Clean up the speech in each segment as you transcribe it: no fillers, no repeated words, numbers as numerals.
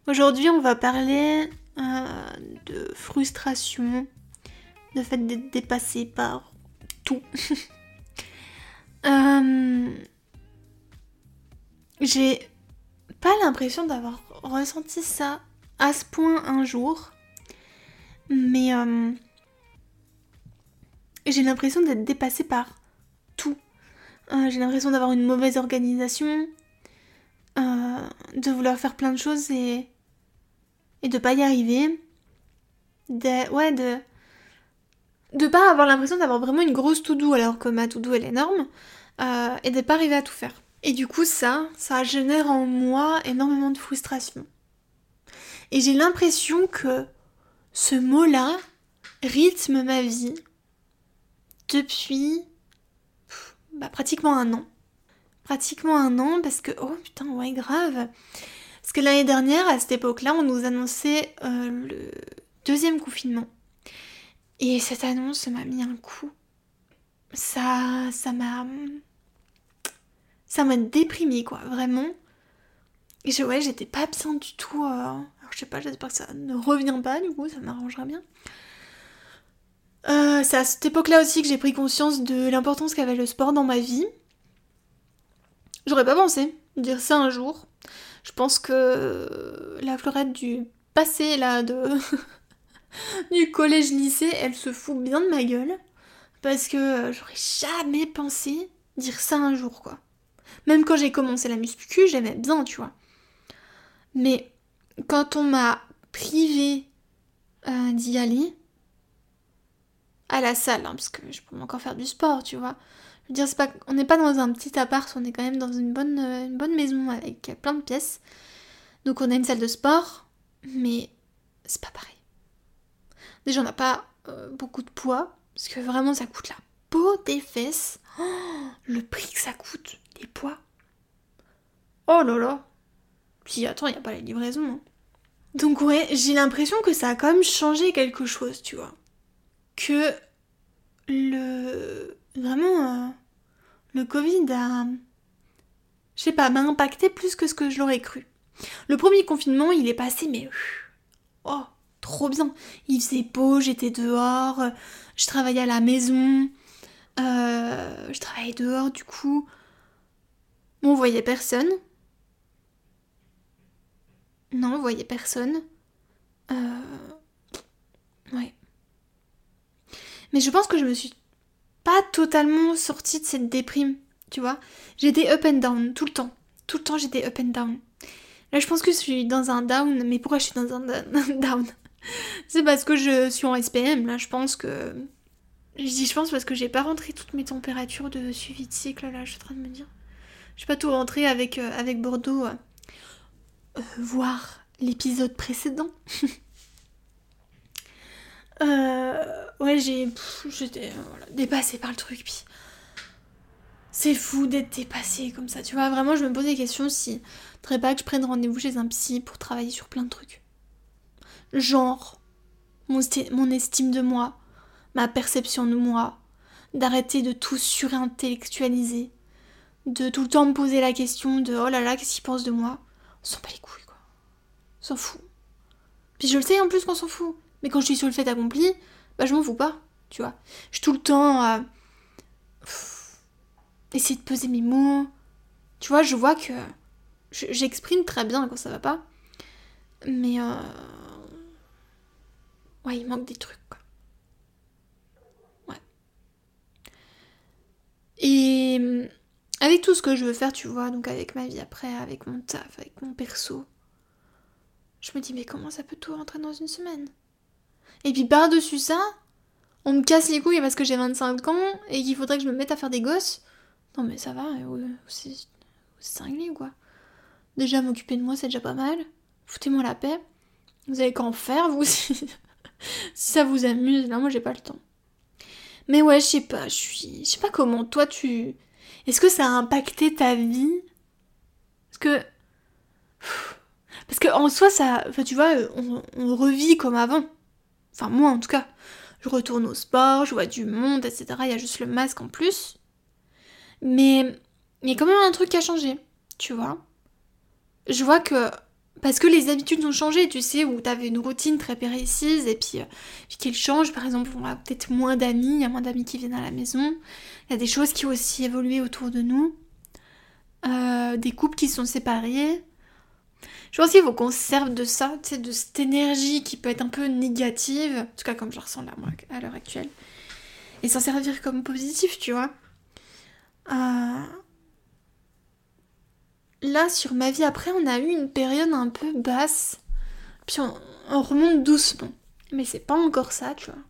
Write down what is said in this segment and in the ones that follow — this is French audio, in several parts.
Aujourd'hui, on va parler de frustration, de fait d'être dépassé par tout. J'ai pas l'impression d'avoir ressenti ça à ce point un jour, mais j'ai l'impression d'être dépassée par tout. J'ai l'impression d'avoir une mauvaise organisation, de vouloir faire plein de choses et de pas y arriver. De pas avoir l'impression d'avoir vraiment une grosse to-do alors que ma to-do elle est énorme, et de pas arriver à tout faire. Et du coup ça génère en moi énormément de frustration. Et j'ai l'impression que ce mot-là rythme ma vie depuis pratiquement un an. Pratiquement un an parce que, oh putain, ouais grave. Parce que l'année dernière, à cette époque-là, on nous annonçait le deuxième confinement. Et cette annonce m'a mis un coup. Ça m'a déprimée, quoi, vraiment. Et j'étais pas bien du tout. Alors, je sais pas, j'espère que ça ne revient pas, du coup, ça m'arrangera bien. C'est à cette époque-là aussi que j'ai pris conscience de l'importance qu'avait le sport dans ma vie. J'aurais pas pensé dire ça un jour. Je pense que la Fleurette du passé, là, du collège-lycée, elle se fout bien de ma gueule. Parce que j'aurais jamais pensé dire ça un jour, quoi. Même quand j'ai commencé la muscu, j'aimais bien, tu vois. Mais quand on m'a privé d'y aller, à la salle, hein, parce que je peux encore faire du sport, tu vois. Je veux dire, on n'est pas dans un petit appart, on est quand même dans une bonne maison avec plein de pièces. Donc on a une salle de sport, mais c'est pas pareil. Déjà, on n'a pas beaucoup de poids, parce que vraiment ça coûte la peau des fesses. Oh, le prix que ça coûte, des poids. Oh là là. Puis attends, il n'y a pas la livraison. Hein. Donc ouais, j'ai l'impression que ça a quand même changé quelque chose, tu vois. Que vraiment, le Covid je sais pas, m'a impacté plus que ce que je l'aurais cru. Le premier confinement, il est passé, mais oh, trop bien. Il faisait beau, j'étais dehors, je travaillais à la maison, je travaillais dehors du coup. On voyait personne. Non, on voyait personne. Ouais. Mais je pense que je me suis pas totalement sortie de cette déprime, tu vois. J'étais up and down, tout le temps. Tout le temps, j'étais up and down. Là, je pense que je suis dans un down. Mais pourquoi je suis dans un down? C'est parce que je suis en SPM, là, je pense que... Je pense parce que j'ai pas rentré toutes mes températures de suivi de cycle, là, je suis en train de me dire. J'ai pas tout rentré avec Bordeaux, voir l'épisode précédent. Ouais, j'étais dépassée par le truc, puis... C'est fou d'être dépassée comme ça, tu vois. Vraiment, je me pose des questions si faudrait pas que je prenne rendez-vous chez un psy pour travailler sur plein de trucs. Genre, mon estime de moi, ma perception de moi, d'arrêter de tout surintellectualiser, de tout le temps me poser la question de oh là là, qu'est-ce qu'il pense de moi? On s'en bat les couilles, quoi. On s'en fout. Puis je le sais en plus qu'on s'en fout. Mais quand je suis sur le fait accompli, je m'en fous pas, tu vois. Je suis tout le temps essayer de peser mes mots. Tu vois, je vois que j'exprime très bien quand ça va pas. Mais ouais, il manque des trucs, quoi. Ouais. Et avec tout ce que je veux faire, tu vois, donc avec ma vie après, avec mon taf, avec mon perso, je me dis, mais comment ça peut tout rentrer dans une semaine? Et puis par-dessus ça, on me casse les couilles parce que j'ai 25 ans et qu'il faudrait que je me mette à faire des gosses. Non mais ça va, c'est cinglé ou quoi? Déjà m'occuper de moi c'est déjà pas mal. Foutez-moi la paix. Vous avez qu'à en faire vous si ça vous amuse. Là moi j'ai pas le temps. Mais ouais je sais pas, je sais pas comment toi tu... Est-ce que ça a impacté ta vie? Parce que en soi ça... Enfin tu vois, on revit comme avant. Enfin moi en tout cas. Je retourne au sport, je vois du monde, etc. Il y a juste le masque en plus. Mais il y a quand même un truc qui a changé, tu vois. Je vois que Parce que les habitudes ont changé, tu sais, où t'avais une routine très précise et puis qu'elle change. Par exemple, on a peut-être moins d'amis, il y a moins d'amis qui viennent à la maison. Il y a des choses qui ont aussi évolué autour de nous. Des couples qui sont séparés. Je pense qu'il faut qu'on se serve de ça, tu sais, de cette énergie qui peut être un peu négative, en tout cas comme je la ressens là, moi, à l'heure actuelle, et s'en servir comme positif, tu vois. Là, sur ma vie, après, on a eu une période un peu basse, puis on remonte doucement. Mais c'est pas encore ça, tu vois.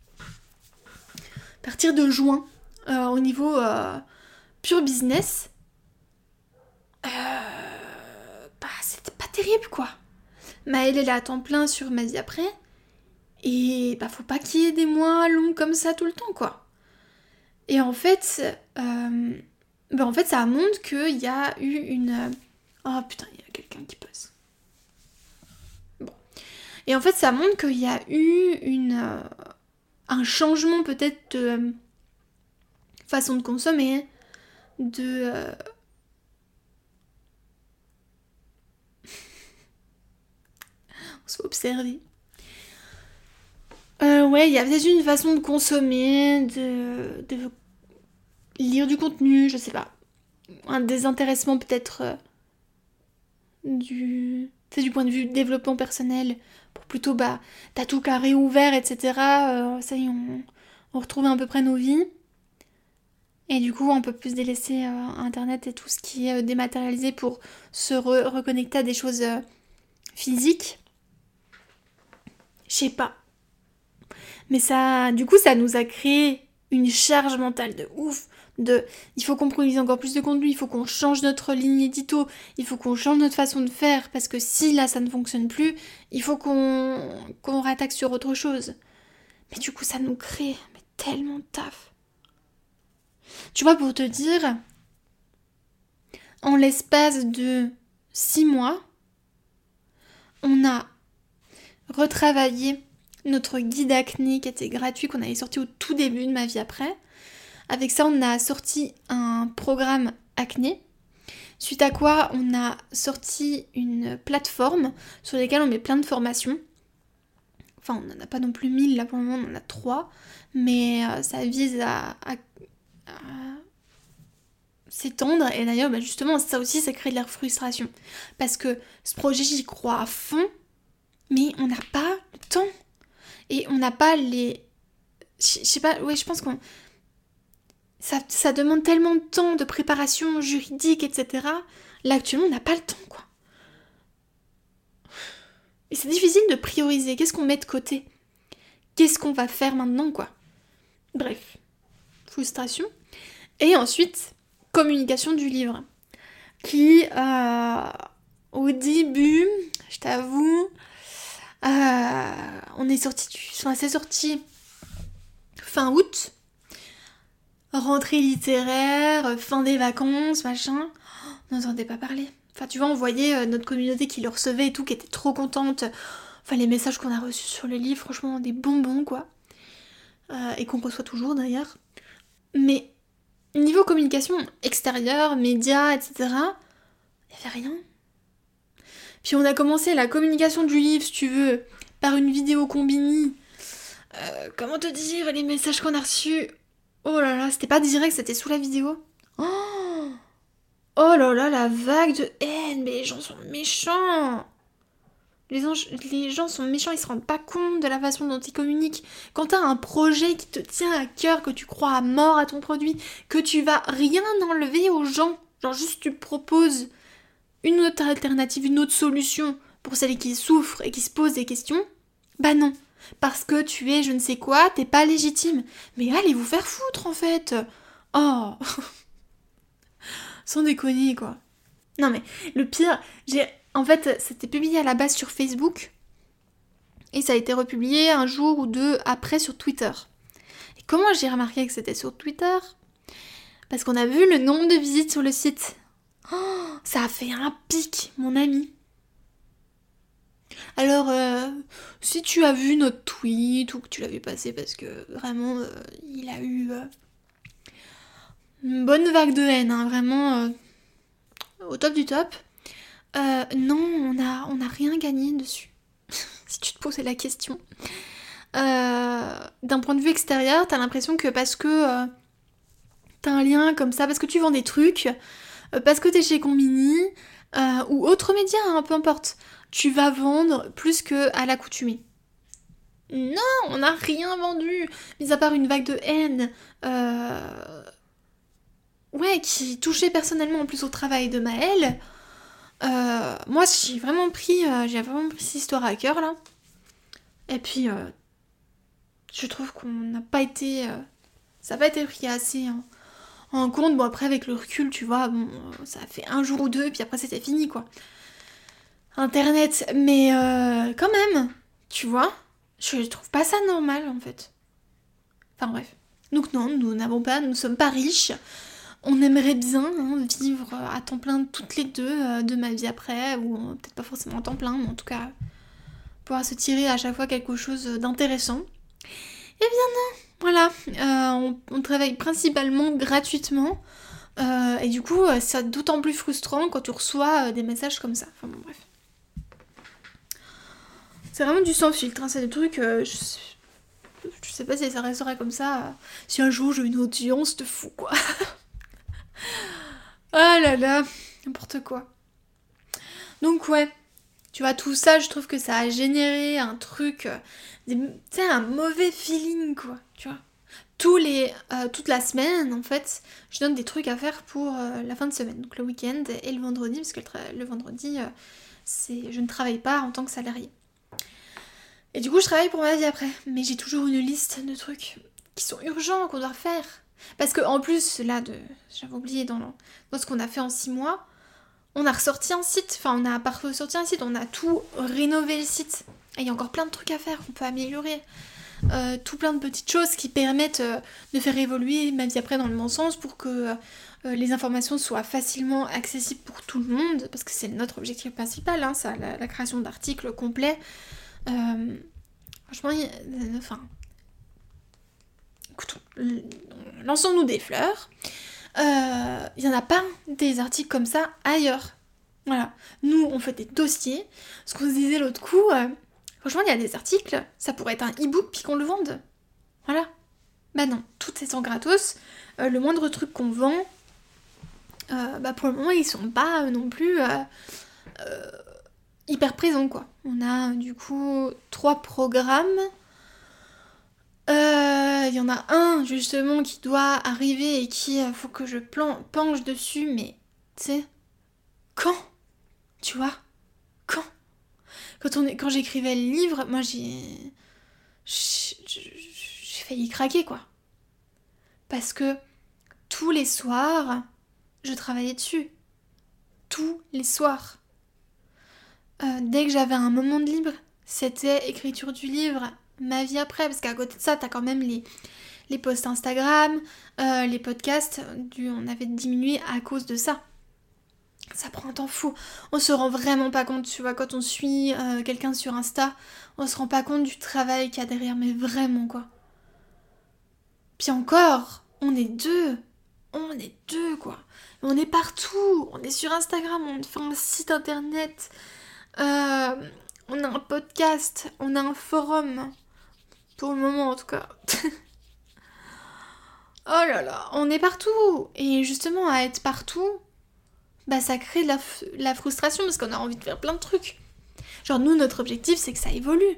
À partir de juin, au niveau pur business, c'était pas terrible, quoi. Maëlle, elle est à temps plein sur ma vie après, et faut pas qu'il y ait des mois longs comme ça tout le temps, quoi. Et en fait, ça montre qu'il y a eu une... Oh putain, il y a quelqu'un qui passe. Bon. Et en fait, ça montre qu'il y a eu un changement peut-être de façon de consommer, de... On se fait observer. Ouais, il y a peut-être une façon de consommer, de lire du contenu, je sais pas. Un désintéressement peut-être du point de vue développement personnel, pour plutôt, t'as tout carré ouvert, etc. Ça y est, on retrouve à peu près nos vies. Et du coup, on peut plus délaisser Internet et tout ce qui est dématérialisé pour se reconnecter à des choses physiques. Je sais pas. Mais ça, du coup, ça nous a créé une charge mentale de ouf. Il faut qu'on produise encore plus de contenu, il faut qu'on change notre ligne édito, il faut qu'on change notre façon de faire, parce que si là ça ne fonctionne plus, il faut qu'on rattaque sur autre chose. Mais du coup, ça nous crée tellement de taf. Tu vois, pour te dire, en l'espace de 6 mois, on a retravaillé notre guide acné qui était gratuit, qu'on avait sorti au tout début de ma vie après. Avec ça, on a sorti un programme acné. Suite à quoi, on a sorti une plateforme sur laquelle on met plein de formations. Enfin, on n'en a pas non plus 1000 là pour le moment, on en a 3. Mais ça vise à s'étendre. Et d'ailleurs, justement, ça aussi, ça crée de la frustration. Parce que ce projet, j'y crois à fond. Mais on n'a pas le temps. Et on n'a pas les... Je sais pas, ouais, je pense qu'on... Ça demande tellement de temps, de préparation juridique, etc. Là, actuellement, on n'a pas le temps, quoi. Et c'est difficile de prioriser. Qu'est-ce qu'on met de côté? Qu'est-ce qu'on va faire maintenant, quoi? Bref, frustration. Et ensuite, communication du livre. Qui, au début, je t'avoue, on est sorti fin août. Rentrée littéraire, fin des vacances, machin. On n'entendait pas parler. Enfin, tu vois, on voyait notre communauté qui le recevait et tout, qui était trop contente. Enfin, les messages qu'on a reçus sur le livre, franchement, des bonbons, quoi. Et qu'on reçoit toujours, d'ailleurs. Mais, niveau communication extérieure, médias, etc., il n'y avait rien. Puis on a commencé la communication du livre, si tu veux, par une vidéo combini. Comment te dire, les messages qu'on a reçus... Oh là là, c'était pas direct, c'était sous la vidéo. Oh là là, la vague de haine, mais les gens sont méchants. Les gens sont méchants, ils se rendent pas compte de la façon dont ils communiquent. Quand t'as un projet qui te tient à cœur, que tu crois à mort à ton produit, que tu vas rien enlever aux gens, genre juste tu proposes une autre alternative, une autre solution pour celles qui souffrent et qui se posent des questions, non. Parce que tu es je ne sais quoi, t'es pas légitime. Mais allez vous faire foutre en fait. Oh. Sans déconner quoi. Non mais le pire, en fait c'était publié à la base sur Facebook et ça a été republié un jour ou deux après sur Twitter. Et comment j'ai remarqué que c'était sur Twitter? Parce qu'on a vu le nombre de visites sur le site. Oh, ça a fait un pic, mon ami. Alors, si tu as vu notre tweet ou que tu l'as vu passer parce que vraiment, il a eu une bonne vague de haine, hein, vraiment au top du top. Non, on a rien gagné dessus. Si tu te posais la question. D'un point de vue extérieur, t'as l'impression que parce que t'as un lien comme ça, parce que tu vends des trucs, parce que t'es chez Combini, ou autre média, hein, peu importe, tu vas vendre plus que à l'accoutumée. Non, on n'a rien vendu, mis à part une vague de haine, ouais, qui touchait personnellement en plus au travail de Maëlle. Moi, j'ai vraiment pris cette histoire à cœur là. Et puis, je trouve qu'on n'a pas été, ça n'a pas été pris assez en compte. Bon, après, avec le recul, tu vois, bon, ça a fait un jour ou deux, puis après, c'était fini, quoi. Internet, mais quand même, tu vois, je trouve pas ça normal, en fait. Enfin, bref. Donc non, nous ne sommes pas riches. On aimerait bien vivre à temps plein toutes les deux de ma vie après, ou peut-être pas forcément à temps plein, mais en tout cas, pouvoir se tirer à chaque fois quelque chose d'intéressant. Eh bien non, voilà, on travaille principalement gratuitement. Et du coup, c'est d'autant plus frustrant quand tu reçois des messages comme ça. Enfin bon, bref. C'est vraiment du sans filtre, hein, c'est des trucs... je sais pas si ça resterait comme ça. Si un jour j'ai une audience de fou, quoi. Ah là là, n'importe quoi. Donc ouais, tu vois, tout ça, je trouve que ça a généré un truc... tu sais, un mauvais feeling, quoi, tu vois. Toute la semaine, en fait, je donne des trucs à faire pour la fin de semaine, donc le week-end et le vendredi, parce que le vendredi, je ne travaille pas en tant que salarié. Et du coup, je travaille pour ma vie après, mais j'ai toujours une liste de trucs qui sont urgents, qu'on doit faire. Parce que en plus, là, j'avais oublié dans ce qu'on a fait en 6 mois, on a ressorti un site, enfin on a pas ressorti un site, on a tout rénové le site. Et il y a encore plein de trucs à faire, qu'on peut améliorer. Tout plein de petites choses qui permettent de faire évoluer ma vie après dans le bon sens pour que les informations soient facilement accessibles pour tout le monde, parce que c'est notre objectif principal, hein, ça, la création d'articles complets. Franchement, enfin, écoute, lançons-nous des fleurs. Il n'y en a pas des articles comme ça ailleurs. Voilà. Nous, on fait des dossiers. Ce qu'on se disait l'autre coup, franchement, il y a des articles, ça pourrait être un e-book puis qu'on le vende. Voilà. Bah non, tout est en gratos. Le moindre truc qu'on vend, pour le moment, ils sont pas non plus hyper présents, quoi. On a du coup 3 programmes. Il y en a un justement qui doit arriver et qui faut que je penche dessus, mais tu sais, quand? Tu vois? Quand? Quand j'écrivais le livre, moi j'ai failli craquer, quoi. Parce que tous les soirs, je travaillais dessus. Tous les soirs. Dès que j'avais un moment de libre, c'était écriture du livre, ma vie après, parce qu'à côté de ça, t'as quand même les posts Instagram, les podcasts, on avait diminué à cause de ça. Ça prend un temps fou. On se rend vraiment pas compte, tu vois, quand on suit quelqu'un sur Insta, on se rend pas compte du travail qu'il y a derrière, mais vraiment, quoi. Puis encore, on est deux. On est deux, quoi. On est partout. On est sur Instagram, on fait un site internet. On a un podcast, on a un forum. Pour le moment, en tout cas. Oh là là, on est partout. Et justement, à être partout, bah ça crée de la frustration parce qu'on a envie de faire plein de trucs. Genre, nous, notre objectif, c'est que ça évolue.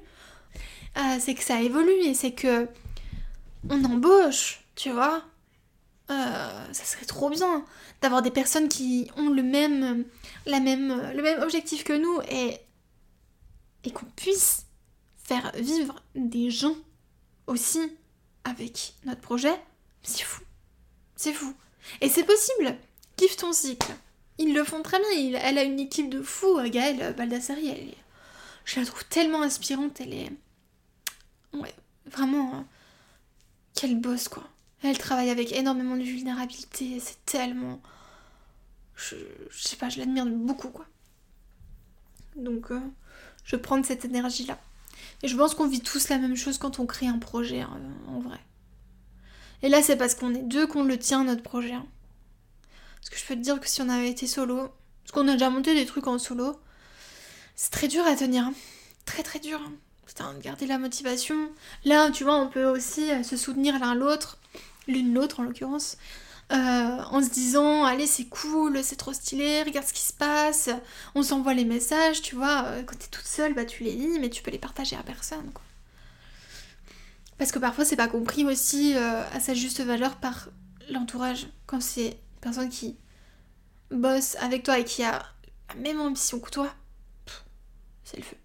Et c'est que on embauche, tu vois. Ça serait trop bien d'avoir des personnes qui ont le même objectif que nous et qu'on puisse faire vivre des gens aussi avec notre projet. C'est fou. C'est fou. Et c'est possible. Kiffe ton cycle. Ils le font très bien. Elle a une équipe de fous. Gaëlle Baldassari, je la trouve tellement inspirante. Elle est... Ouais, vraiment... quelle bosse, quoi. Elle travaille avec énormément de vulnérabilité. C'est tellement... Je sais pas, je l'admire beaucoup, quoi. Donc, je prends de cette énergie-là. Et je pense qu'on vit tous la même chose quand on crée un projet, hein, en vrai. Et là, c'est parce qu'on est deux qu'on le tient, notre projet. Hein. Parce que je peux te dire que si on avait été solo, Parce qu'on a déjà monté des trucs en solo. C'est très dur à tenir. Très très dur. Putain, de garder la motivation. Là, tu vois, on peut aussi se soutenir l'un l'autre. L'une l'autre en l'occurrence. En se disant, allez, c'est cool, c'est trop stylé, regarde ce qui se passe. On s'envoie les messages, tu vois. Quand t'es toute seule, bah tu les lis, mais tu peux les partager à personne, quoi. Parce que parfois, c'est pas compris aussi à sa juste valeur par l'entourage. Quand c'est une personne qui bosse avec toi et qui a la même ambition que toi, c'est le feu.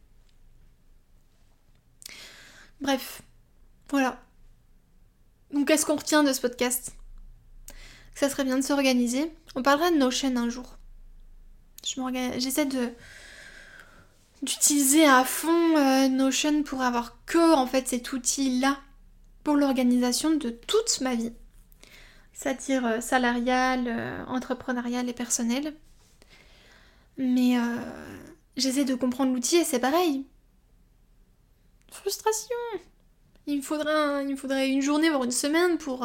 Bref, voilà. Donc, qu'est-ce qu'on retient de ce podcast ? Ça serait bien de s'organiser. On parlera de Notion un jour. J'essaie d'utiliser à fond Notion pour avoir que en fait cet outil-là pour l'organisation de toute ma vie. C'est-à-dire salariale, entrepreneuriale et personnelle. Mais j'essaie de comprendre l'outil et c'est pareil. Frustration. Il me faudrait une journée, voire une semaine pour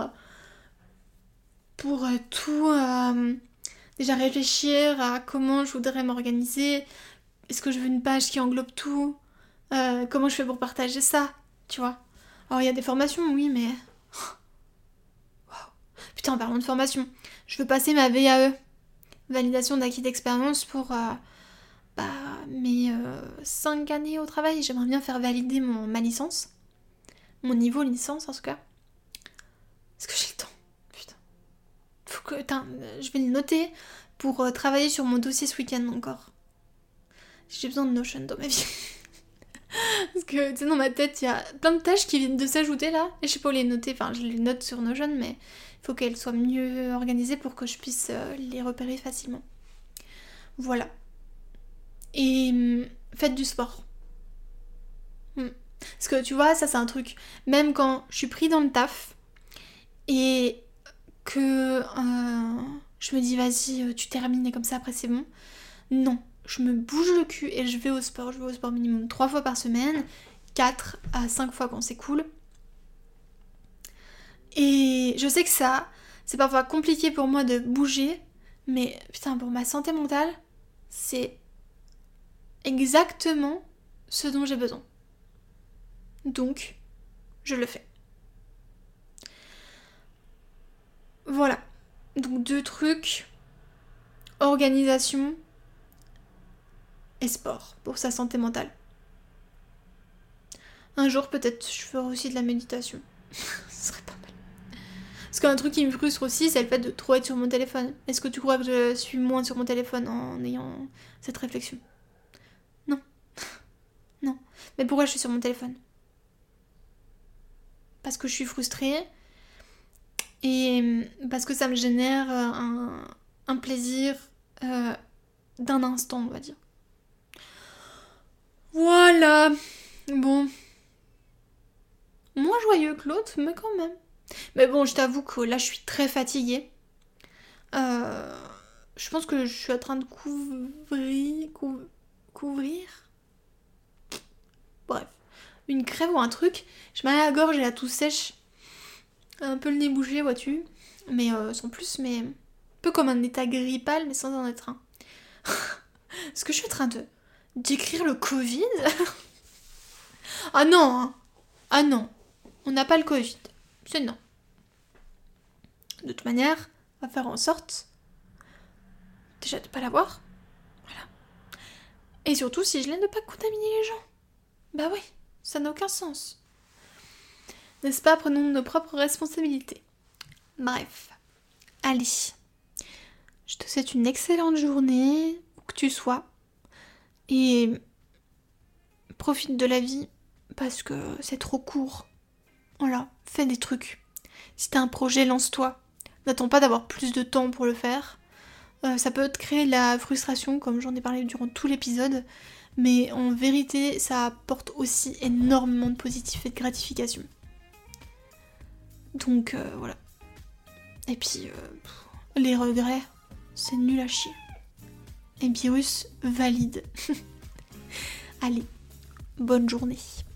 tout déjà réfléchir à comment je voudrais m'organiser. Est-ce que je veux une page qui englobe tout ? Comment je fais pour partager ça ? Tu vois ? Alors il y a des formations, oui, mais... Wow. Putain, en parlant de formation, je veux passer ma VAE, validation d'acquis d'expérience pour mes 5 années au travail. J'aimerais bien faire valider ma licence. Mon niveau licence, en tout cas. Est-ce que j'ai le temps ? Putain. Je vais le noter pour travailler sur mon dossier ce week-end encore. J'ai besoin de Notion dans ma vie. Parce que, tu sais, dans ma tête, il y a plein de tâches qui viennent de s'ajouter là. Et je sais pas où les noter. Enfin, je les note sur Notion, mais il faut qu'elles soient mieux organisées pour que je puisse les repérer facilement. Voilà. Et faites du sport. Parce que, tu vois, ça, c'est un truc. Même quand je suis pris dans le taf et que je me dis, vas-y, tu termines et comme ça, après, c'est bon. Non. Je me bouge le cul et je vais au sport. Je vais au sport minimum 3 fois par semaine, 4 à 5 fois quand c'est cool. Et je sais que ça, c'est parfois compliqué pour moi de bouger, mais putain, pour ma santé mentale, c'est exactement ce dont j'ai besoin. Donc, je le fais. Voilà. Donc 2 trucs. Organisation et sport pour sa santé mentale. Un jour, peut-être, je ferai aussi de la méditation. Ce serait pas mal. Parce qu'un truc qui me frustre aussi, c'est le fait de trop être sur mon téléphone. Est-ce que tu crois que je suis moins sur mon téléphone en ayant cette réflexion ? Non. Non. Mais pourquoi je suis sur mon téléphone ? Parce que je suis frustrée et parce que ça me génère un plaisir d'un instant, on va dire. Voilà. Bon. Moins joyeux que l'autre, mais quand même. Mais bon, je t'avoue que là, je suis très fatiguée. Je pense que je suis en train de couvrir. Bref. Une crève ou un truc. Je m'ai à la gorge et la toux sèche. Un peu le nez bouché, vois-tu. Mais sans plus, mais... Un peu comme un état grippal, mais sans en être un. Est-ce que je suis en train de décrire le Covid ? Ah non, hein. Ah non. On n'a pas le Covid. C'est non. De toute manière, on va faire en sorte déjà de ne pas l'avoir. Voilà. Et surtout, si je l'ai, de ne pas contaminer les gens. Bah oui, ça n'a aucun sens. N'est-ce pas ? Prenons nos propres responsabilités. Bref. Allez. Je te souhaite une excellente journée, où que tu sois. Et profite de la vie, parce que c'est trop court. Voilà, fais des trucs. Si t'as un projet, lance-toi. N'attends pas d'avoir plus de temps pour le faire. Ça peut te créer de la frustration, comme j'en ai parlé durant tout l'épisode. Mais en vérité, ça apporte aussi énormément de positif et de gratification. Donc voilà. Et puis, les regrets, c'est nul à chier. Et Virus valide. Allez, bonne journée.